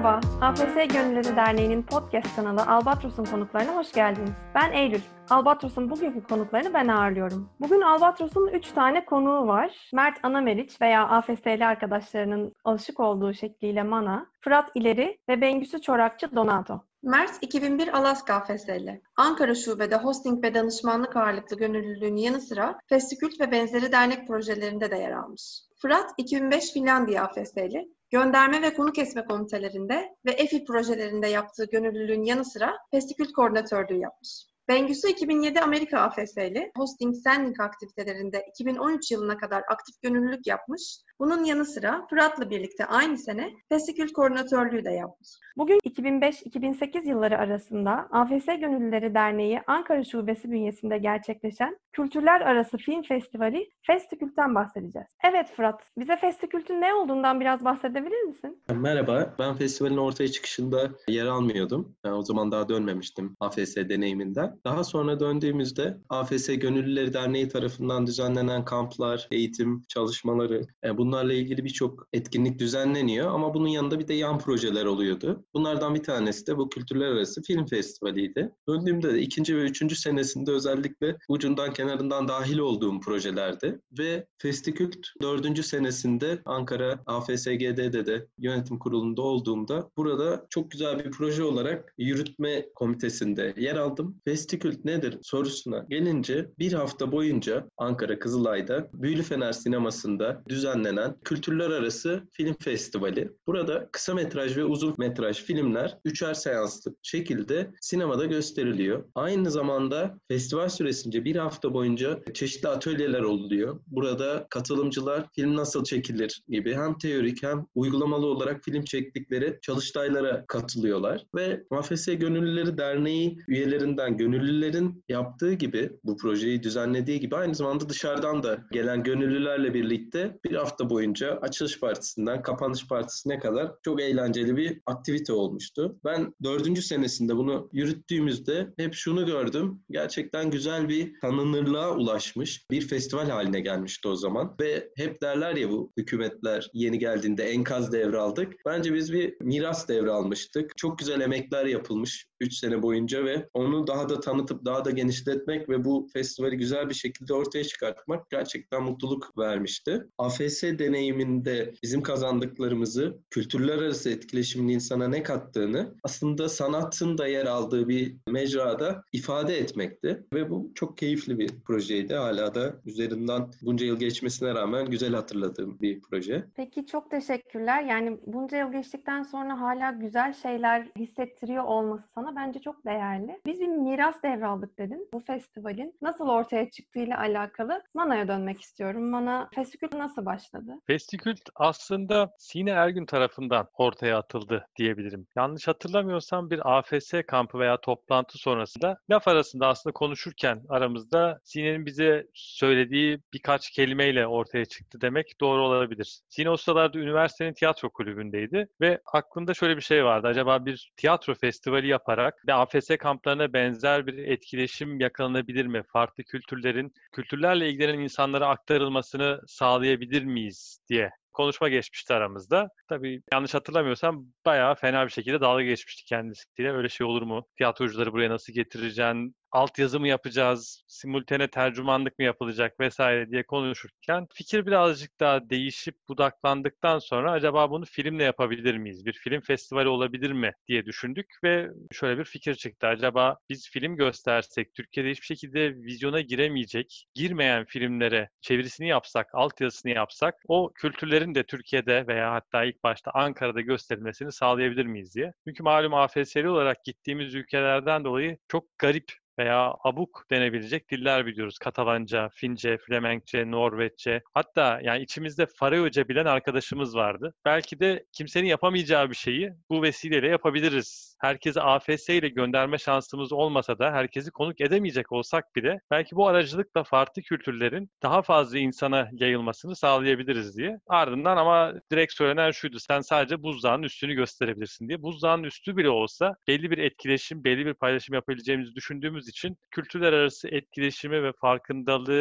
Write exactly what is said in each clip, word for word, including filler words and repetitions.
Merhaba, A F S Gönülleri Derneği'nin podcast kanalı Albatros'un konuklarına hoş geldiniz. Ben Eylül. Albatros'un bugünkü konuklarını ben ağırlıyorum. Bugün Albatros'un üç tane konuğu var. Mert Anameriç veya A F S'li arkadaşlarının alışık olduğu şekliyle Mana, Fırat İleri ve Bengüsü Çorakçı Donato. Mert iki bin bir Alaska A F S'li. Ankara Şube'de hosting ve danışmanlık ağırlıklı gönüllülüğün yanı sıra Festikült ve benzeri dernek projelerinde de yer almış. Fırat iki bin beş Finlandiya A F S'li. Gönderme ve konu kesme komitelerinde ve E F İ projelerinde yaptığı gönüllülüğün yanı sıra Festikült koordinatörlüğü yapmış. Bengüsü iki bin yedi Amerika A F S'li, hosting sending aktivitelerinde iki bin on üç yılına kadar aktif gönüllülük yapmış. Bunun yanı sıra Fırat'la birlikte aynı sene Festikült koordinatörlüğü de yapmış. Bugün iki bin beş iki bin sekiz yılları arasında A F S Gönüllüleri Derneği Ankara Şubesi bünyesinde gerçekleşen Kültürler Arası Film Festivali Festikült'ten bahsedeceğiz. Evet Fırat, bize Festikült'ün ne olduğundan biraz bahsedebilir misin? Merhaba, ben festivalin ortaya çıkışında yer almıyordum. Ben o zaman daha dönmemiştim A F S deneyiminden. Daha sonra döndüğümüzde A F S Gönüllüleri Derneği tarafından düzenlenen kamplar, eğitim çalışmaları, bunlarla ilgili birçok etkinlik düzenleniyor ama bunun yanında bir de yan projeler oluyordu. Bunlardan bir tanesi de bu Kültürler Arası Film Festivali'ydi. Döndüğümde de ikinci ve üçüncü senesinde özellikle ucundan kenarından dahil olduğum projelerdi ve Festikült dördüncü senesinde Ankara A F S G D'de de yönetim kurulunda olduğumda burada çok güzel bir proje olarak yürütme komitesinde yer aldım. Festikült nedir sorusuna gelince bir hafta boyunca Ankara Kızılay'da Büyülü Fener Sineması'nda düzenlenen Kültürler Arası Film Festivali. Burada kısa metraj ve uzun metraj filmler üçer seanslık şekilde sinemada gösteriliyor. Aynı zamanda festival süresince bir hafta boyunca çeşitli atölyeler oluyor. Burada katılımcılar film nasıl çekilir gibi hem teorik hem uygulamalı olarak film çektikleri çalıştaylara katılıyorlar ve A F S Gönüllüleri Derneği üyelerinden gönüllülerin yaptığı gibi bu projeyi düzenlediği gibi aynı zamanda dışarıdan da gelen gönüllülerle birlikte bir hafta boyunca açılış partisinden kapanış partisine kadar çok eğlenceli bir aktivite olmuştu. Ben dördüncü senesinde bunu yürüttüğümüzde hep şunu gördüm. Gerçekten güzel bir tanınırlığa ulaşmış bir festival haline gelmişti o zaman ve hep derler ya bu hükümetler yeni geldiğinde enkaz devraldık. Bence biz bir miras devralmıştık. Çok güzel emekler yapılmış üç sene boyunca ve onu daha da tanıtıp daha da genişletmek ve bu festivali güzel bir şekilde ortaya çıkartmak gerçekten mutluluk vermişti. A F S deneyiminde bizim kazandıklarımızı, kültürler arası etkileşimin insana ne kattığını aslında sanatın da yer aldığı bir mecrada ifade etmekti. Ve bu çok keyifli bir projeydi. Hala da üzerinden bunca yıl geçmesine rağmen güzel hatırladığım bir proje. Peki çok teşekkürler. Yani bunca yıl geçtikten sonra hala güzel şeyler hissettiriyor olması sana bence çok değerli. Biz bir miras devraldık dedin. Bu festivalin nasıl ortaya çıktığıyla alakalı Mana'ya dönmek istiyorum. Mana, Festikült nasıl başladı? Festikült aslında Sine Ergün tarafından ortaya atıldı diyebilirim. Yanlış hatırlamıyorsam bir A F S kampı veya toplantı sonrasında laf arasında aslında konuşurken aramızda Sine'nin bize söylediği birkaç kelimeyle ortaya çıktı demek doğru olabilir. Sine o sıralarda üniversitenin tiyatro kulübündeydi ve aklında şöyle bir şey vardı. Acaba bir tiyatro festivali yaparak ve A F S kamplarına benzer bir etkileşim yakalanabilir mi? Farklı kültürlerin, kültürlerle ilgilenen insanlara aktarılmasını sağlayabilir miyiz diye konuşma geçmişti aramızda. Tabii yanlış hatırlamıyorsam bayağı fena bir şekilde dalga geçmişti kendisiyle. Öyle şey olur mu? Tiyatrocuları buraya nasıl getireceksin? Altyazı mı yapacağız? Simultane tercümanlık mı yapılacak vesaire diye konuşurken fikir birazcık daha değişip budaklandıktan sonra acaba bunu filmle yapabilir miyiz? Bir film festivali olabilir mi diye düşündük ve şöyle bir fikir çıktı. Acaba biz film göstersek, Türkiye'de hiçbir şekilde vizyona giremeyecek, girmeyen filmlere çevirisini yapsak, altyazısını yapsak, o kültürlerin de Türkiye'de veya hatta ilk başta Ankara'da gösterilmesini sağlayabilir miyiz diye. Çünkü malum A F S'li olarak gittiğimiz ülkelerden dolayı çok garip veya abuk denebilecek diller biliyoruz. Katalanca, Fince, Flemenkçe, Norveççe. Hatta yani içimizde Faroeca bilen arkadaşımız vardı. Belki de kimsenin yapamayacağı bir şeyi bu vesileyle yapabiliriz. Herkesi A F S ile gönderme şansımız olmasa da herkesi konuk edemeyecek olsak bile belki bu aracılıkla farklı kültürlerin daha fazla insana yayılmasını sağlayabiliriz diye. Ardından ama direkt söylenen şuydu. Sen sadece buzdağının üstünü gösterebilirsin diye. Buzdağının üstü bile olsa belli bir etkileşim, belli bir paylaşım yapabileceğimizi düşündüğümüz için kültürler arası etkileşimi ve farkındalığı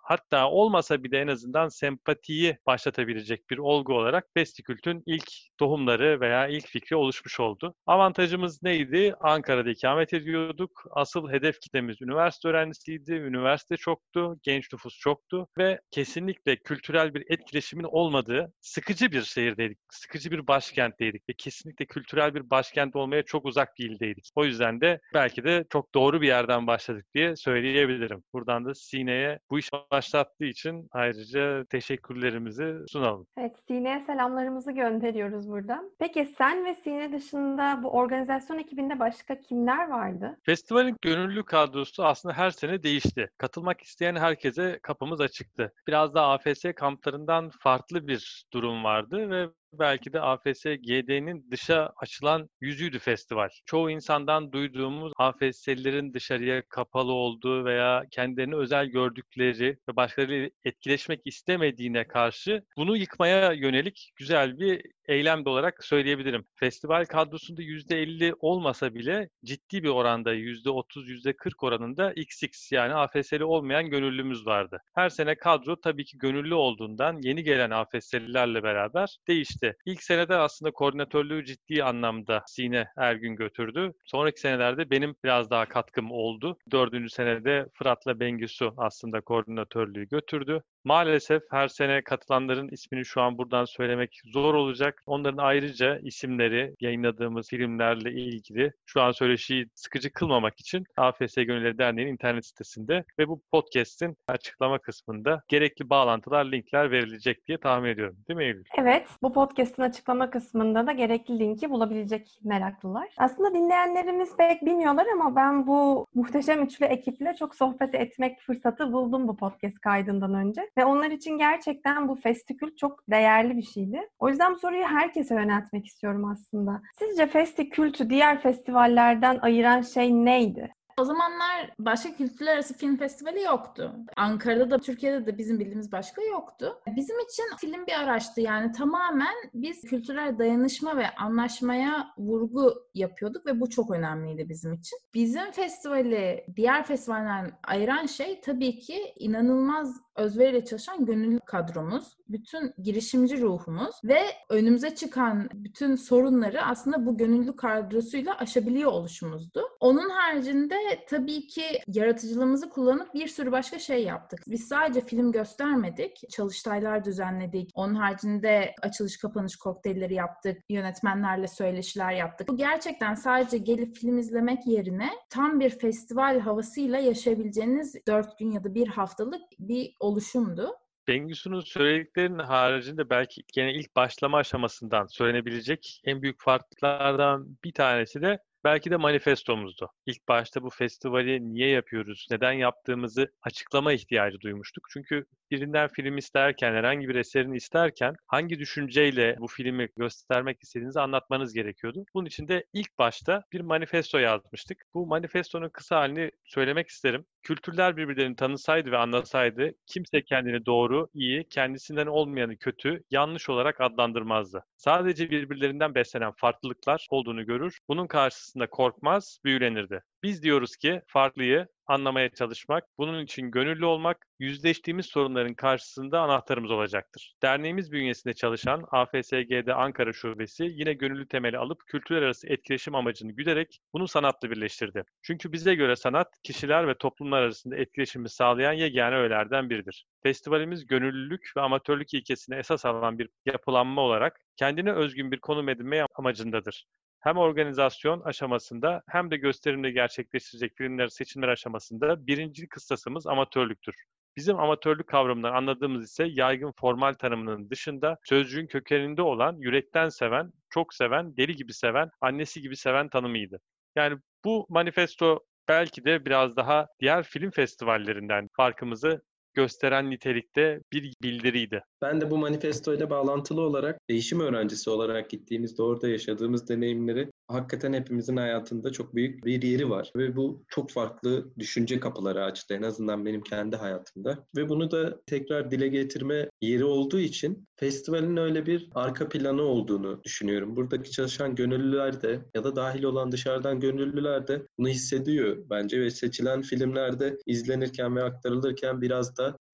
hatta olmasa bile en azından sempatiyi başlatabilecek bir olgu olarak Festikült'ün ilk tohumları veya ilk fikri oluşmuş oldu. Avantajımız neydi? Ankara'da ikamet ediyorduk. Asıl hedef kitlemiz üniversite öğrencisiydi. Üniversite çoktu, genç nüfus çoktu ve kesinlikle kültürel bir etkileşimin olmadığı sıkıcı bir şehirdeydik. Sıkıcı bir başkentteydik ve kesinlikle kültürel bir başkent olmaya çok uzak bir ildeydik. O yüzden de belki de çok doğru bir yerden başladık diye söyleyebilirim. Buradan da Sine'ye bu iş başlattığı için ayrıca teşekkürlerimizi sunalım. Evet, Sine'ye selamlarımızı gönderiyoruz buradan. Peki sen ve Sine dışında bu organizasyon ekibinde başka kimler vardı? Festivalin gönüllü kadrosu aslında her sene değişti. Katılmak isteyen herkese kapımız açıktı. Biraz da A F S kamplarından farklı bir durum vardı ve belki de A F S G D'nin dışa açılan yüzüydü festival. Çoğu insandan duyduğumuz A F S'lilerin dışarıya kapalı olduğu veya kendilerini özel gördükleri ve başkalarıyla etkileşmek istemediğine karşı bunu yıkmaya yönelik güzel bir eylem de olarak söyleyebilirim. Festival kadrosunda yüzde elli olmasa bile ciddi bir oranda yüzde otuz yüzde kırk oranında X X yani A F S'li olmayan gönüllümüz vardı. Her sene kadro tabii ki gönüllü olduğundan yeni gelen A F S'lilerle beraber değişti. İlk senede aslında koordinatörlüğü ciddi anlamda Sine Ergün götürdü. Sonraki senelerde benim biraz daha katkım oldu. Dördüncü senede Fırat'la Bengisu aslında koordinatörlüğü götürdü. Maalesef her sene katılanların ismini şu an buradan söylemek zor olacak. Onların ayrıca isimleri yayınladığımız filmlerle ilgili şu an söyleşiyi sıkıcı kılmamak için A F S Gönülleri Derneği'nin internet sitesinde ve bu podcast'in açıklama kısmında gerekli bağlantılar, linkler verilecek diye tahmin ediyorum. Değil mi Eylül? Evet, bu podcast'ın açıklama kısmında da gerekli linki bulabilecek meraklılar. Aslında dinleyenlerimiz pek bilmiyorlar ama ben bu muhteşem üçlü ekiple çok sohbet etmek fırsatı buldum bu podcast kaydından önce. Ve onlar için gerçekten bu Festikült çok değerli bir şeydi. O yüzden bu soruyu herkese yöneltmek istiyorum aslında. Sizce Festikült'ü diğer festivallerden ayıran şey neydi? O zamanlar başka kültürler arası film festivali yoktu. Ankara'da da Türkiye'de de bizim bildiğimiz başka yoktu. Bizim için film bir araçtı. Yani tamamen biz kültürel dayanışma ve anlaşmaya vurgu yapıyorduk ve bu çok önemliydi bizim için. Bizim festivali diğer festivallerden ayıran şey tabii ki inanılmaz özveriyle çalışan gönüllü kadromuz, bütün girişimci ruhumuz ve önümüze çıkan bütün sorunları aslında bu gönüllü kadrosuyla aşabiliyor oluşumuzdu. Onun haricinde tabii ki yaratıcılığımızı kullanıp bir sürü başka şey yaptık. Biz sadece film göstermedik, çalıştaylar düzenledik. Onun haricinde açılış kapanış kokteylleri yaptık, yönetmenlerle söyleşiler yaptık. Bu gerçekten sadece gelip film izlemek yerine tam bir festival havasıyla yaşayabileceğiniz dört gün ya da bir haftalık bir oluşumdu. Bengisu'nun söylediklerinin haricinde belki gene ilk başlama aşamasından söylenebilecek en büyük farklardan bir tanesi de belki de manifestomuzdu. İlk başta bu festivali niye yapıyoruz, neden yaptığımızı açıklama ihtiyacı duymuştuk. Çünkü birinden film isterken, herhangi bir eserini isterken hangi düşünceyle bu filmi göstermek istediğinizi anlatmanız gerekiyordu. Bunun için de ilk başta bir manifesto yazmıştık. Bu manifestonun kısa halini söylemek isterim. Kültürler birbirlerini tanısaydı ve anlasaydı kimse kendini doğru, iyi, kendisinden olmayanı kötü, yanlış olarak adlandırmazdı. Sadece birbirlerinden beslenen farklılıklar olduğunu görür. Bunun karşısında korkmaz, büyülenirdi. Biz diyoruz ki farklıyı anlamaya çalışmak, bunun için gönüllü olmak, yüzleştiğimiz sorunların karşısında anahtarımız olacaktır. Derneğimiz bünyesinde çalışan A F S G D Ankara Şubesi yine gönüllü temeli alıp kültürler arası etkileşim amacını güderek bunu sanatla birleştirdi. Çünkü bize göre sanat, kişiler ve toplumlar arasında etkileşimi sağlayan yegane öğelerden biridir. Festivalimiz gönüllülük ve amatörlük ilkesine esas alan bir yapılanma olarak kendine özgün bir konum edinme amacındadır. Hem organizasyon aşamasında hem de gösterimde gerçekleştirecek filmler seçimler aşamasında birinci kıstasımız amatörlüktür. Bizim amatörlük kavramından anladığımız ise yaygın formal tanımının dışında sözcüğün kökeninde olan yürekten seven, çok seven, deli gibi seven, annesi gibi seven tanımıydı. Yani bu manifesto belki de biraz daha diğer film festivallerinden farkımızı gösteren nitelikte bir bildiriydi. Ben de bu manifesto ile bağlantılı olarak değişim öğrencisi olarak gittiğimizde orada yaşadığımız deneyimleri hakikaten hepimizin hayatında çok büyük bir yeri var. Ve bu çok farklı düşünce kapıları açtı en azından benim kendi hayatımda. Ve bunu da tekrar dile getirme yeri olduğu için festivalin öyle bir arka planı olduğunu düşünüyorum. Buradaki çalışan gönüllüler de ya da dahil olan dışarıdan gönüllüler de bunu hissediyor bence ve seçilen filmlerde izlenirken ve aktarılırken biraz da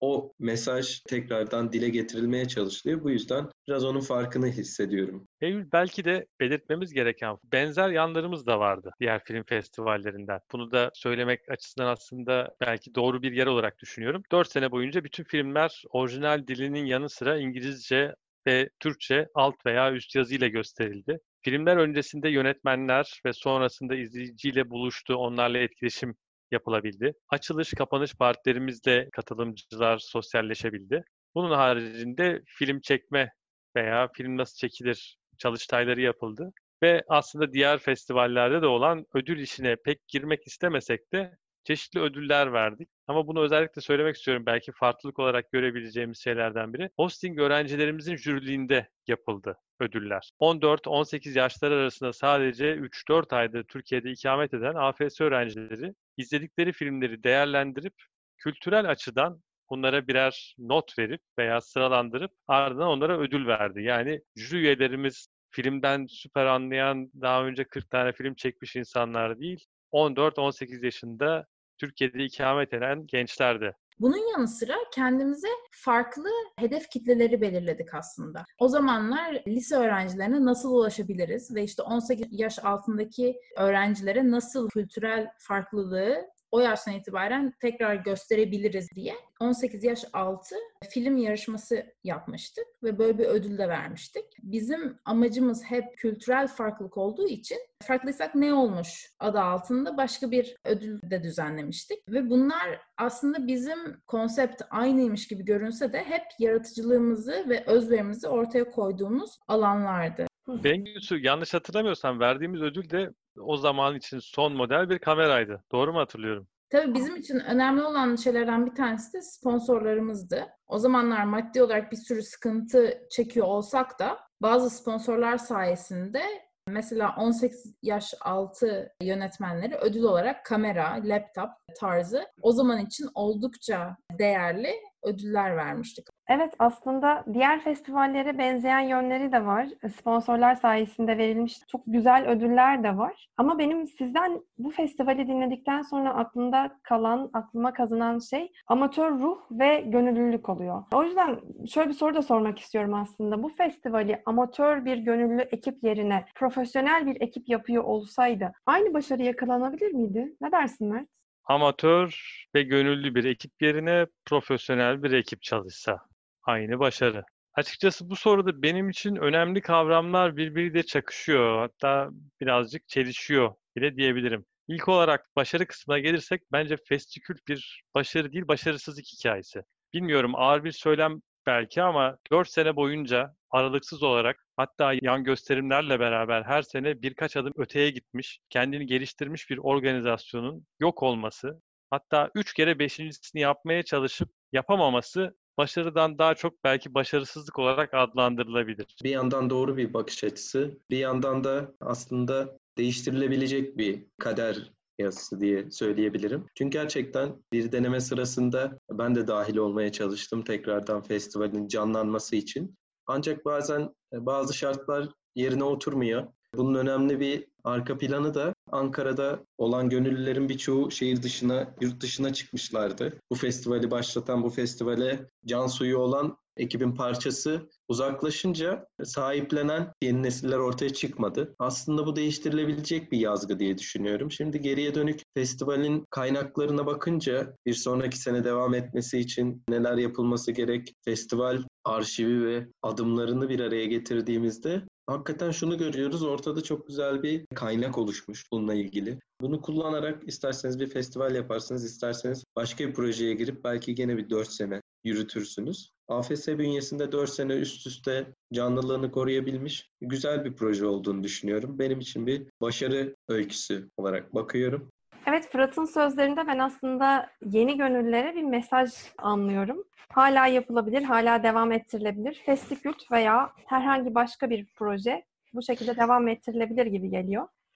o mesaj tekrardan dile getirilmeye çalışılıyor. Bu yüzden biraz onun farkını hissediyorum. Eylül, belki de belirtmemiz gereken benzer yanlarımız da vardı diğer film festivallerinden. Bunu da söylemek açısından aslında belki doğru bir yer olarak düşünüyorum. Dört sene boyunca bütün filmler orijinal dilinin yanı sıra İngilizce ve Türkçe alt veya üst yazı ile gösterildi. Filmler öncesinde yönetmenler ve sonrasında izleyiciyle buluştu, onlarla etkileşim yapılabildi. Açılış, kapanış partilerimizle katılımcılar sosyalleşebildi. Bunun haricinde film çekme veya film nasıl çekilir çalıştayları yapıldı. Ve aslında diğer festivallerde de olan ödül işine pek girmek istemesek de çeşitli ödüller verdik. Ama bunu özellikle söylemek istiyorum. Belki farklılık olarak görebileceğimiz şeylerden biri. Hosting öğrencilerimizin jüriliğinde yapıldı ödüller. on dört on sekiz yaşları arasında sadece üç dört ayda Türkiye'de ikamet eden A F S öğrencileri izledikleri filmleri değerlendirip kültürel açıdan bunlara birer not verip veya sıralandırıp ardından onlara ödül verdi. Yani jüri üyelerimiz filmden süper anlayan, daha önce kırk tane film çekmiş insanlar değil, on dört on sekiz yaşında Türkiye'de ikamet eden gençlerdi. Bunun yanı sıra kendimize farklı hedef kitleleri belirledik aslında. O zamanlar lise öğrencilerine nasıl ulaşabiliriz ve işte on sekiz yaş altındaki öğrencilere nasıl kültürel farklılığı o yaştan itibaren tekrar gösterebiliriz diye on sekiz yaş altı film yarışması yapmıştık ve böyle bir ödül de vermiştik. Bizim amacımız hep kültürel farklılık olduğu için farklıysak ne olmuş adı altında başka bir ödül de düzenlemiştik. Ve bunlar aslında bizim konsept aynıymış gibi görünse de hep yaratıcılığımızı ve özverimizi ortaya koyduğumuz alanlardı. Bengüsü, yanlış hatırlamıyorsam verdiğimiz ödül de o zaman için son model bir kameraydı. Doğru mu hatırlıyorum? Tabii bizim için önemli olan şeylerden bir tanesi de sponsorlarımızdı. O zamanlar maddi olarak bir sürü sıkıntı çekiyor olsak da bazı sponsorlar sayesinde mesela on sekiz yaş altı yönetmenleri ödül olarak kamera, laptop tarzı o zaman için oldukça değerli ödüller vermiştik. Evet, aslında diğer festivallere benzeyen yönleri de var. Sponsorlar sayesinde verilmiş çok güzel ödüller de var. Ama benim sizden bu festivali dinledikten sonra aklımda kalan, aklıma kazınan şey amatör ruh ve gönüllülük oluyor. O yüzden şöyle bir soru da sormak istiyorum aslında. Bu festivali amatör bir gönüllü ekip yerine profesyonel bir ekip yapıyor olsaydı aynı başarı yakalanabilir miydi? Ne dersin Mert? Amatör ve gönüllü bir ekip yerine profesyonel bir ekip çalışsa aynı başarı. Açıkçası bu soruda benim için önemli kavramlar birbiriyle çakışıyor. Hatta birazcık çelişiyor bile diyebilirim. İlk olarak başarı kısmına gelirsek bence festikül bir başarı değil, başarısızlık hikayesi. Bilmiyorum, ağır bir söylem belki ama dört sene boyunca aralıksız olarak, hatta yan gösterimlerle beraber her sene birkaç adım öteye gitmiş, kendini geliştirmiş bir organizasyonun yok olması, hatta üç kere beşincisini yapmaya çalışıp yapamaması başarıdan daha çok belki başarısızlık olarak adlandırılabilir. Bir yandan doğru bir bakış açısı, bir yandan da aslında değiştirilebilecek bir kader yazısı diye söyleyebilirim. Çünkü gerçekten bir deneme sırasında ben de dahil olmaya çalıştım tekrardan festivalin canlanması için. Ancak bazen bazı şartlar yerine oturmuyor. Bunun önemli bir arka planı da Ankara'da olan gönüllülerin birçoğu şehir dışına, yurt dışına çıkmışlardı. Bu festivali başlatan, bu festivale can suyu olan ekibin parçası uzaklaşınca sahiplenen yeni nesiller ortaya çıkmadı. Aslında bu değiştirilebilecek bir yazgı diye düşünüyorum. Şimdi geriye dönük festivalin kaynaklarına bakınca bir sonraki sene devam etmesi için neler yapılması gerek, festival arşivi ve adımlarını bir araya getirdiğimizde hakikaten şunu görüyoruz, ortada çok güzel bir kaynak oluşmuş bununla ilgili. Bunu kullanarak isterseniz bir festival yaparsınız, isterseniz başka bir projeye girip belki gene bir dört sene yürütürsünüz. A F S bünyesinde dört sene üst üste canlılığını koruyabilmiş güzel bir proje olduğunu düşünüyorum. Benim için bir başarı öyküsü olarak bakıyorum. Evet, Fırat'ın sözlerinde ben aslında yeni gönüllülere bir mesaj anlıyorum. Hala yapılabilir, hala devam ettirilebilir. Festikült veya herhangi başka bir proje bu şekilde devam ettirilebilir gibi geliyor.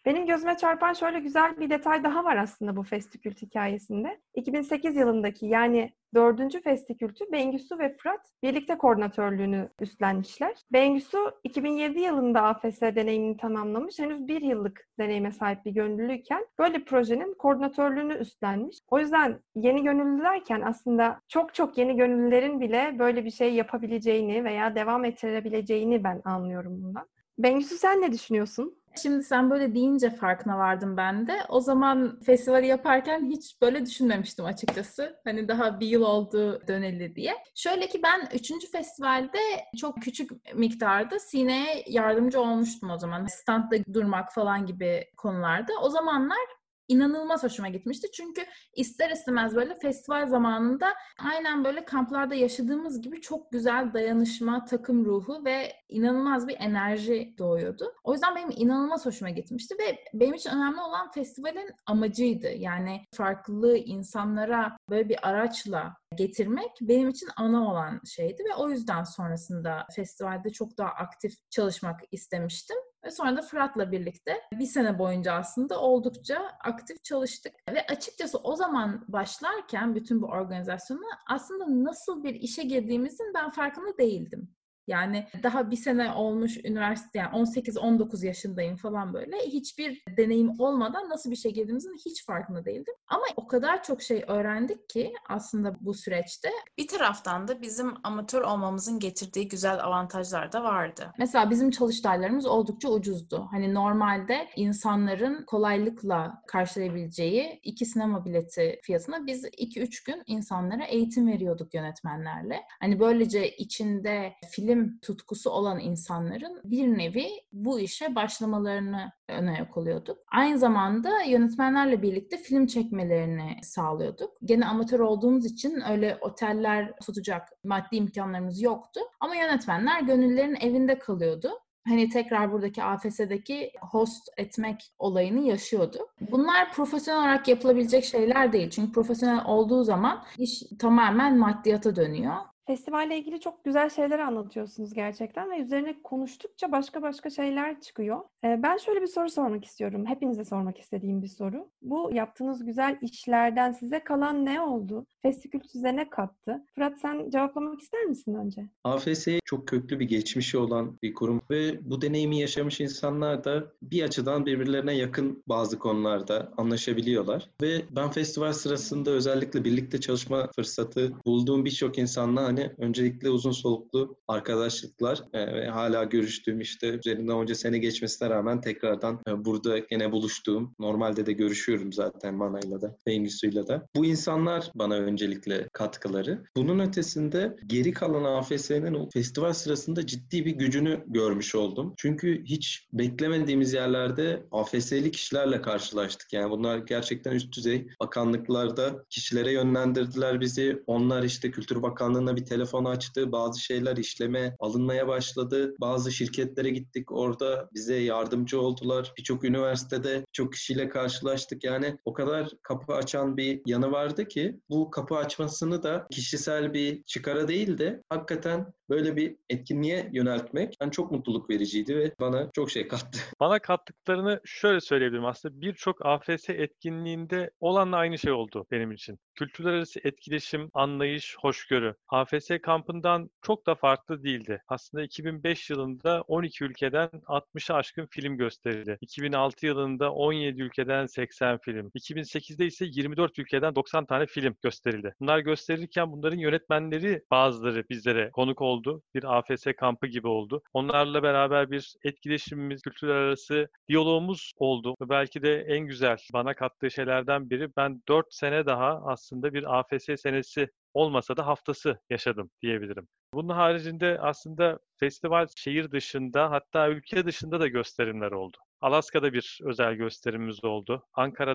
Benim gözüme çarpan şöyle güzel bir detay daha var aslında bu Festikült hikayesinde. iki bin sekiz yılındaki yani dördüncü Festikült'ü Bengisu ve Fırat birlikte koordinatörlüğünü üstlenmişler. Bengisu iki bin yedi yılında A F S deneyimini tamamlamış. Henüz bir yıllık deneyime sahip bir gönüllüyken böyle projenin koordinatörlüğünü üstlenmiş. O yüzden yeni gönüllü derken aslında çok çok yeni gönüllülerin bile böyle bir şey yapabileceğini veya devam ettirebileceğini ben anlıyorum bundan. Bengisu sen ne düşünüyorsun? Şimdi sen böyle deyince farkına vardım ben de. O zaman festivali yaparken hiç böyle düşünmemiştim açıkçası. Hani daha bir yıl oldu döneli diye. Şöyle ki ben üçüncü festivalde çok küçük miktarda Sine'ye yardımcı olmuştum o zaman. Standda durmak falan gibi konularda. O zamanlar İnanılmaz hoşuma gitmişti. Çünkü ister istemez böyle festival zamanında aynen böyle kamplarda yaşadığımız gibi çok güzel dayanışma, takım ruhu ve inanılmaz bir enerji doğuyordu. O yüzden benim inanılmaz hoşuma gitmişti ve benim için önemli olan festivalin amacıydı. Yani farklı insanlara böyle bir araçla getirmek benim için ana olan şeydi ve o yüzden sonrasında festivalde çok daha aktif çalışmak istemiştim. Ve sonra da Fırat'la birlikte bir sene boyunca aslında oldukça aktif çalıştık. Ve açıkçası o zaman başlarken bütün bu organizasyona aslında nasıl bir işe girdiğimizin ben farkında değildim. Yani daha bir sene olmuş üniversite, yani on sekiz on dokuz yaşındayım falan böyle. Hiçbir deneyim olmadan nasıl bir şey girdiğimizin hiç farkında değildim. Ama o kadar çok şey öğrendik ki aslında bu süreçte. Bir taraftan da bizim amatör olmamızın getirdiği güzel avantajlar da vardı. Mesela bizim çalıştaylarımız oldukça ucuzdu. Hani normalde insanların kolaylıkla karşılayabileceği iki sinema bileti fiyatına biz iki üç gün insanlara eğitim veriyorduk yönetmenlerle. Hani böylece içinde film tutkusu olan insanların bir nevi bu işe başlamalarını ön ayak oluyorduk. Aynı zamanda yönetmenlerle birlikte film çekmelerini sağlıyorduk. Gene amatör olduğumuz için öyle oteller tutacak maddi imkanlarımız yoktu. Ama yönetmenler gönüllülerin evinde kalıyordu. Hani tekrar buradaki A F S'deki host etmek olayını yaşıyordu. Bunlar profesyonel olarak yapılabilecek şeyler değil. Çünkü profesyonel olduğu zaman iş tamamen maddiyata dönüyor. Festivalle ilgili çok güzel şeyler anlatıyorsunuz gerçekten ve üzerine konuştukça başka başka şeyler çıkıyor. Ee, ben şöyle bir soru sormak istiyorum. Hepinize sormak istediğim bir soru. Bu yaptığınız güzel işlerden size kalan ne oldu? Festikült size ne kattı? Fırat sen cevaplamak ister misin önce? A F S çok köklü bir geçmişi olan bir kurum ve bu deneyimi yaşamış insanlar da bir açıdan birbirlerine yakın bazı konularda anlaşabiliyorlar. Ve ben festival sırasında özellikle birlikte çalışma fırsatı bulduğum birçok insanla hani öncelikle uzun soluklu arkadaşlıklar e, ve hala görüştüğüm işte üzerinden onca sene geçmesine rağmen tekrardan e, burada gene buluştuğum, normalde de görüşüyorum zaten Mana'yla da, Bengisu'yla da. Bu insanlar bana öncelikle katkıları. Bunun ötesinde geri kalan A F S'nin o festival sırasında ciddi bir gücünü görmüş oldum. Çünkü hiç beklemediğimiz yerlerde A F S'li kişilerle karşılaştık. Yani bunlar gerçekten üst düzey bakanlıklarda kişilere yönlendirdiler bizi. Onlar işte Kültür Bakanlığı'na bir telefon açtı. Bazı şeyler işleme alınmaya başladı. Bazı şirketlere gittik. Orada bize yardımcı oldular. Birçok üniversitede çok kişiyle karşılaştık. Yani o kadar kapı açan bir yanı vardı ki bu kapı açmasını da kişisel bir çıkara değil de hakikaten böyle bir etkinliğe yöneltmek yani çok mutluluk vericiydi ve bana çok şey kattı. Bana kattıklarını şöyle söyleyebilirim. Aslında birçok A F S etkinliğinde olanla aynı şey oldu benim için. Kültürler arası etkileşim, anlayış, hoşgörü. A F S kampından çok da farklı değildi. Aslında iki bin beş yılında on iki ülkeden altmışa aşkın film gösterildi. iki bin altı yılında on yedi ülkeden seksen film. iki bin sekizde ise yirmi dört ülkeden doksan tane film gösterildi. Bunlar gösterirken bunların yönetmenleri bazıları bizlere konuk oldu. Bir A F S kampı gibi oldu. Onlarla beraber bir etkileşimimiz, kültürler arası diyalogumuz oldu. Ve belki de en güzel bana kattığı şeylerden biri ben dört sene daha aslında bir A F S senesi olmasa da haftası yaşadım diyebilirim. Bunun haricinde aslında festival şehir dışında hatta ülke dışında da gösterimler oldu. Alaska'da bir özel gösterimimiz oldu. Ankara'da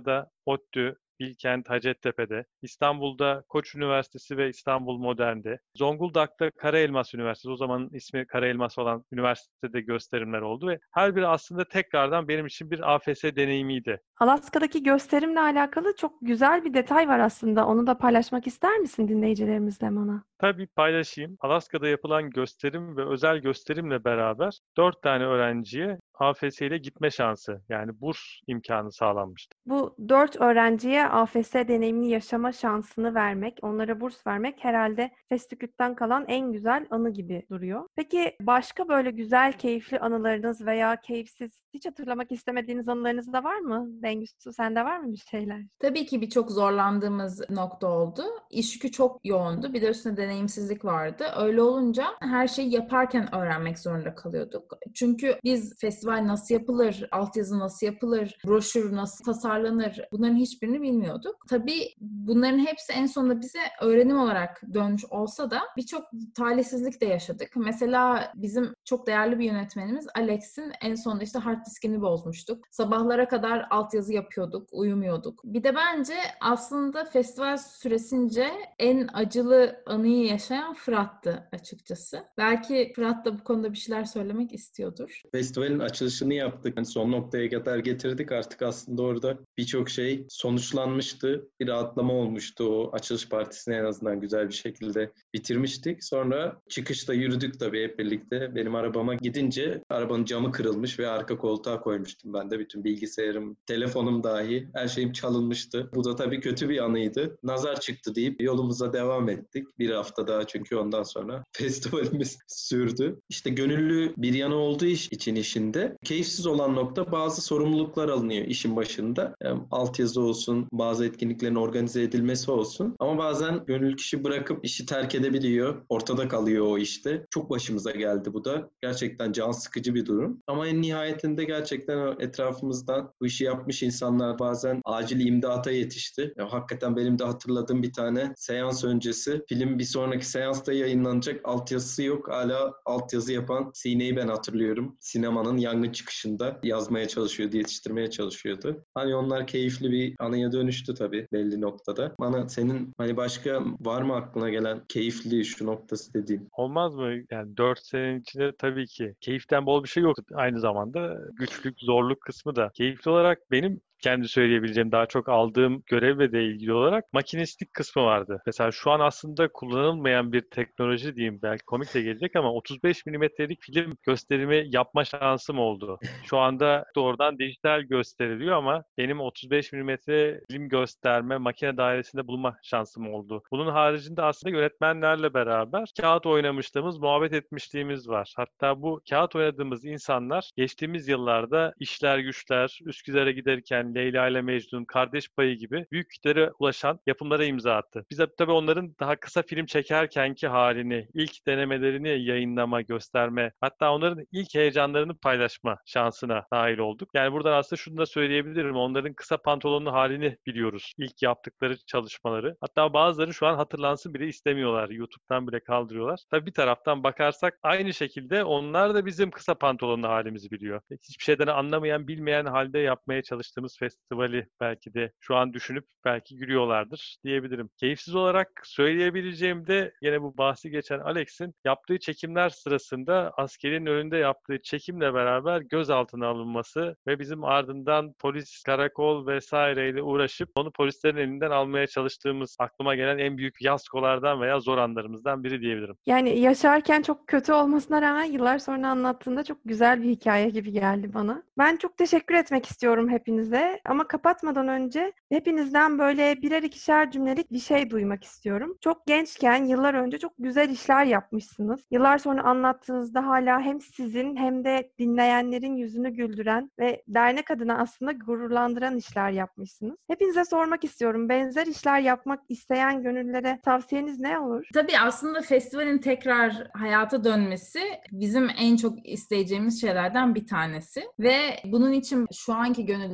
ODTÜ, Bilkent, Hacettepe'de, İstanbul'da Koç Üniversitesi ve İstanbul Modern'de, Zonguldak'ta Karaelmas Üniversitesi, o zamanın ismi Karaelmas olan üniversitede gösterimler oldu ve her biri aslında tekrardan benim için bir A F S deneyimiydi. Alaska'daki gösterimle alakalı çok güzel bir detay var aslında. Onu da paylaşmak ister misin dinleyicilerimizle bana? Tabii paylaşayım. Alaska'da yapılan gösterim ve özel gösterimle beraber dört tane öğrenciye A F S ile gitme şansı, yani burs imkanı sağlanmıştı. Bu dört öğrenciye A F S deneyimini yaşama şansını vermek, onlara burs vermek herhalde Festikült'ten kalan en güzel anı gibi duruyor. Peki başka böyle güzel, keyifli anılarınız veya keyifsiz, hiç hatırlamak istemediğiniz anılarınız da var mı? Bengüsü, sende var mı bir şeyler? Tabii ki birçok zorlandığımız nokta oldu. İş yükü çok yoğundu. Bir de üstüne deneyimsizlik vardı. Öyle olunca her şeyi yaparken öğrenmek zorunda kalıyorduk. Çünkü biz festival nasıl yapılır, altyazı nasıl yapılır, broşür nasıl tasarlanır, bunların hiçbirini bilmiyorduk. Tabii bunların hepsi en sonunda bize öğrenim olarak dönmüş olsa da birçok talihsizlik de yaşadık. Mesela bizim çok değerli bir yönetmenimiz Alex'in en sonunda işte hard diskini bozmuştuk. Sabahlara kadar altyazı yapıyorduk, uyumuyorduk. Bir de bence aslında festival süresince en acılı anıyı yaşayan Fırat'tı açıkçası. Belki Fırat da bu konuda bir şeyler söylemek istiyordur. Festivalin açılışını yaptık. Yani son noktaya kadar getirdik. Artık aslında orada birçok şey sonuçlanmıştı. Bir rahatlama olmuştu. O açılış partisini en azından güzel bir şekilde bitirmiştik. Sonra çıkışta yürüdük tabii hep birlikte. Benim arabama gidince arabanın camı kırılmış ve arka koltuğa koymuştum ben de. Bütün bilgisayarım, telefonum dahi her şeyim çalınmıştı. Bu da tabii kötü bir anıydı. Nazar çıktı deyip yolumuza devam ettik. Bir hafta daha çünkü ondan sonra festivalimiz sürdü. İşte gönüllü bir yanı olduğu iş için işinde. Keyifsiz olan nokta bazı sorumluluklar alınıyor işin başında. Yani altyazı olsun, bazı etkinliklerin organize edilmesi olsun. Ama bazen gönüllü kişi bırakıp işi terk edebiliyor. Ortada kalıyor o işte. Çok başımıza geldi bu da. Gerçekten can sıkıcı bir durum. Ama en nihayetinde gerçekten etrafımızdan bu işi yapmış insanlar bazen acil imdata yetişti. Ya, hakikaten benim de hatırladığım bir tane seans öncesi film bir sonraki seansta yayınlanacak, altyazısı yok. Hala altyazı yapan Sine'yi ben hatırlıyorum. Sinemanın yangın çıkışında yazmaya çalışıyordu, yetiştirmeye çalışıyordu. Hani onlar keyifli bir anıya dönüştü tabii belli noktada. Bana senin hani başka var mı aklına gelen keyifli şu noktası dediğin? Olmaz mı? Yani dört senenin içinde tabii ki keyiften bol bir şey yok. Aynı zamanda güçlük, zorluk kısmı da. Keyifli olarak benim kendi söyleyebileceğim daha çok aldığım görevle de ilgili olarak makinistlik kısmı vardı. Mesela şu an aslında kullanılmayan bir teknoloji diyeyim, belki komik de gelecek ama otuz beş milimetrelik film gösterimi yapma şansım oldu. Şu anda doğrudan dijital gösteriliyor ama benim otuz beş milimetre film gösterme makine dairesinde bulunma şansım oldu. Bunun haricinde aslında yönetmenlerle beraber kağıt oynamışlığımız, muhabbet etmişliğimiz var. Hatta bu kağıt oynadığımız insanlar geçtiğimiz yıllarda İşler Güçler, Üsküdar'a giderken Leyla ile Mecnun, Kardeş Payı gibi büyük kitlere ulaşan yapımlara imza attı. Biz de tabii onların daha kısa film çekerkenki halini, ilk denemelerini yayınlama, gösterme, hatta onların ilk heyecanlarını paylaşma şansına dahil olduk. Yani buradan aslında şunu da söyleyebilirim. Onların kısa pantolonlu halini biliyoruz. İlk yaptıkları çalışmaları. Hatta bazıları şu an hatırlansın bile istemiyorlar. YouTube'dan bile kaldırıyorlar. Tabii bir taraftan bakarsak aynı şekilde onlar da bizim kısa pantolonlu halimizi biliyor. Hiçbir şeyden anlamayan, bilmeyen halde yapmaya çalıştığımız festivali belki de şu an düşünüp belki gülüyorlardır diyebilirim. Keyifsiz olarak söyleyebileceğim de yine bu bahsi geçen Alex'in yaptığı çekimler sırasında askerin önünde yaptığı çekimle beraber gözaltına alınması ve bizim ardından polis, karakol vesaireyle uğraşıp onu polislerin elinden almaya çalıştığımız aklıma gelen en büyük fiyaskolardan veya zor anlarımızdan biri diyebilirim. Yani yaşarken çok kötü olmasına rağmen yıllar sonra anlattığında çok güzel bir hikaye gibi geldi bana. Ben çok teşekkür etmek istiyorum hepinize ama kapatmadan önce hepinizden böyle birer ikişer cümlelik bir şey duymak istiyorum. Çok gençken yıllar önce çok güzel işler yapmışsınız. Yıllar sonra anlattığınızda hala hem sizin hem de dinleyenlerin yüzünü güldüren ve dernek adına aslında gururlandıran işler yapmışsınız. Hepinize sormak istiyorum. Benzer işler yapmak isteyen gönüllülere tavsiyeniz ne olur? Tabii aslında festivalin tekrar hayata dönmesi bizim en çok isteyeceğimiz şeylerden bir tanesi ve bunun için şu anki gönüllülere benim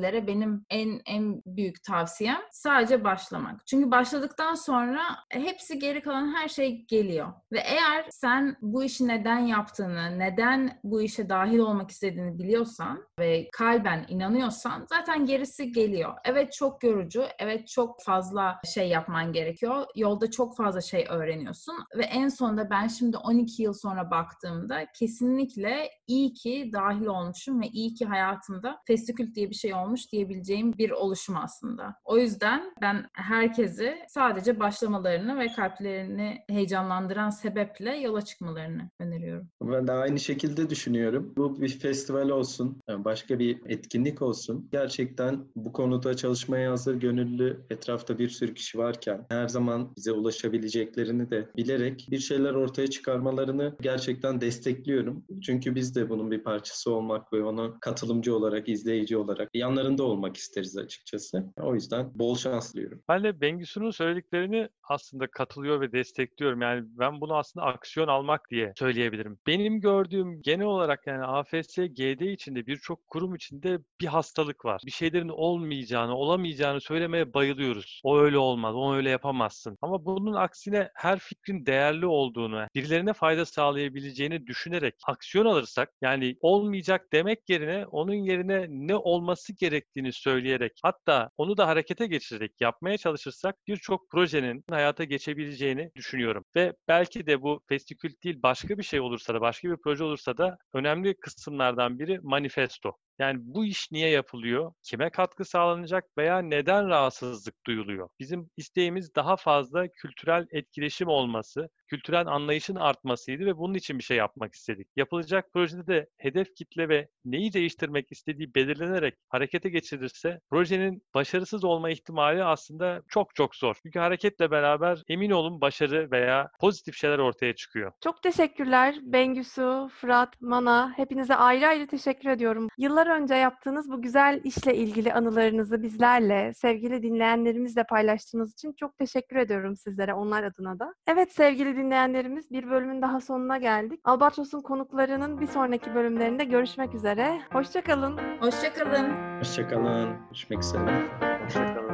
benim en en büyük tavsiyem sadece başlamak. Çünkü başladıktan sonra hepsi, geri kalan her şey geliyor. Ve eğer sen bu işi neden yaptığını, neden bu işe dahil olmak istediğini biliyorsan ve kalben inanıyorsan zaten gerisi geliyor. Evet, çok yorucu, evet çok fazla şey yapman gerekiyor. Yolda çok fazla şey öğreniyorsun ve en sonunda ben şimdi on iki yıl sonra baktığımda kesinlikle iyi ki dahil olmuşum ve iyi ki hayatımda Festikült diye bir şey olmuş diyebileceğim bir oluşum aslında. O yüzden ben herkesi sadece başlamalarını ve kalplerini heyecanlandıran sebeple yola çıkmalarını öneriyorum. Ben de aynı şekilde düşünüyorum. Bu bir festival olsun, yani başka bir etkinlik olsun. Gerçekten bu konuda çalışmaya hazır, gönüllü, etrafta bir sürü kişi varken her zaman bize ulaşabileceklerini de bilerek bir şeyler ortaya çıkarmalarını gerçekten destekliyorum. Çünkü biz de bunun bir parçası olmak ve ona katılımcı olarak, izleyici olarak yanlarında olmak isteriz açıkçası. O yüzden bol şans diliyorum. Ben de Bengisu'nun söylediklerini aslında katılıyor ve destekliyorum. Yani ben bunu aslında aksiyon almak diye söyleyebilirim. Benim gördüğüm genel olarak yani A F S G D içinde, birçok kurum içinde bir hastalık var. Bir şeylerin olmayacağını, olamayacağını söylemeye bayılıyoruz. O öyle olmaz, o öyle yapamazsın. Ama bunun aksine her fikrin değerli olduğunu, birilerine fayda sağlayabileceğini düşünerek aksiyon alırsak, yani olmayacak demek yerine onun yerine ne olması gerektiğini söyleyerek, hatta onu da harekete geçirerek yapmaya çalışırsak birçok projenin hayata geçebileceğini düşünüyorum. Ve belki de bu Festikült değil, başka bir şey olursa da, başka bir proje olursa da önemli kısımlardan biri manifesto. Yani bu iş niye yapılıyor? Kime katkı sağlanacak veya neden rahatsızlık duyuluyor? Bizim isteğimiz daha fazla kültürel etkileşim olması, kültürel anlayışın artmasıydı ve bunun için bir şey yapmak istedik. Yapılacak projede de hedef kitle ve neyi değiştirmek istediği belirlenerek harekete geçirilirse projenin başarısız olma ihtimali aslında çok çok zor. Çünkü hareketle beraber emin olun başarı veya pozitif şeyler ortaya çıkıyor. Çok teşekkürler Bengisu, Fırat, Mana. Hepinize ayrı ayrı teşekkür ediyorum. Yıllar önce yaptığınız bu güzel işle ilgili anılarınızı bizlerle, sevgili dinleyenlerimizle paylaştığınız için çok teşekkür ediyorum sizlere, onlar adına da. Evet sevgili dinleyenlerimiz, bir bölümün daha sonuna geldik. Albatros'un konuklarının bir sonraki bölümlerinde görüşmek üzere. Hoşça kalın. Hoşça kalın. Hoşça kalın. Görüşmek üzere. Hoşçakalın.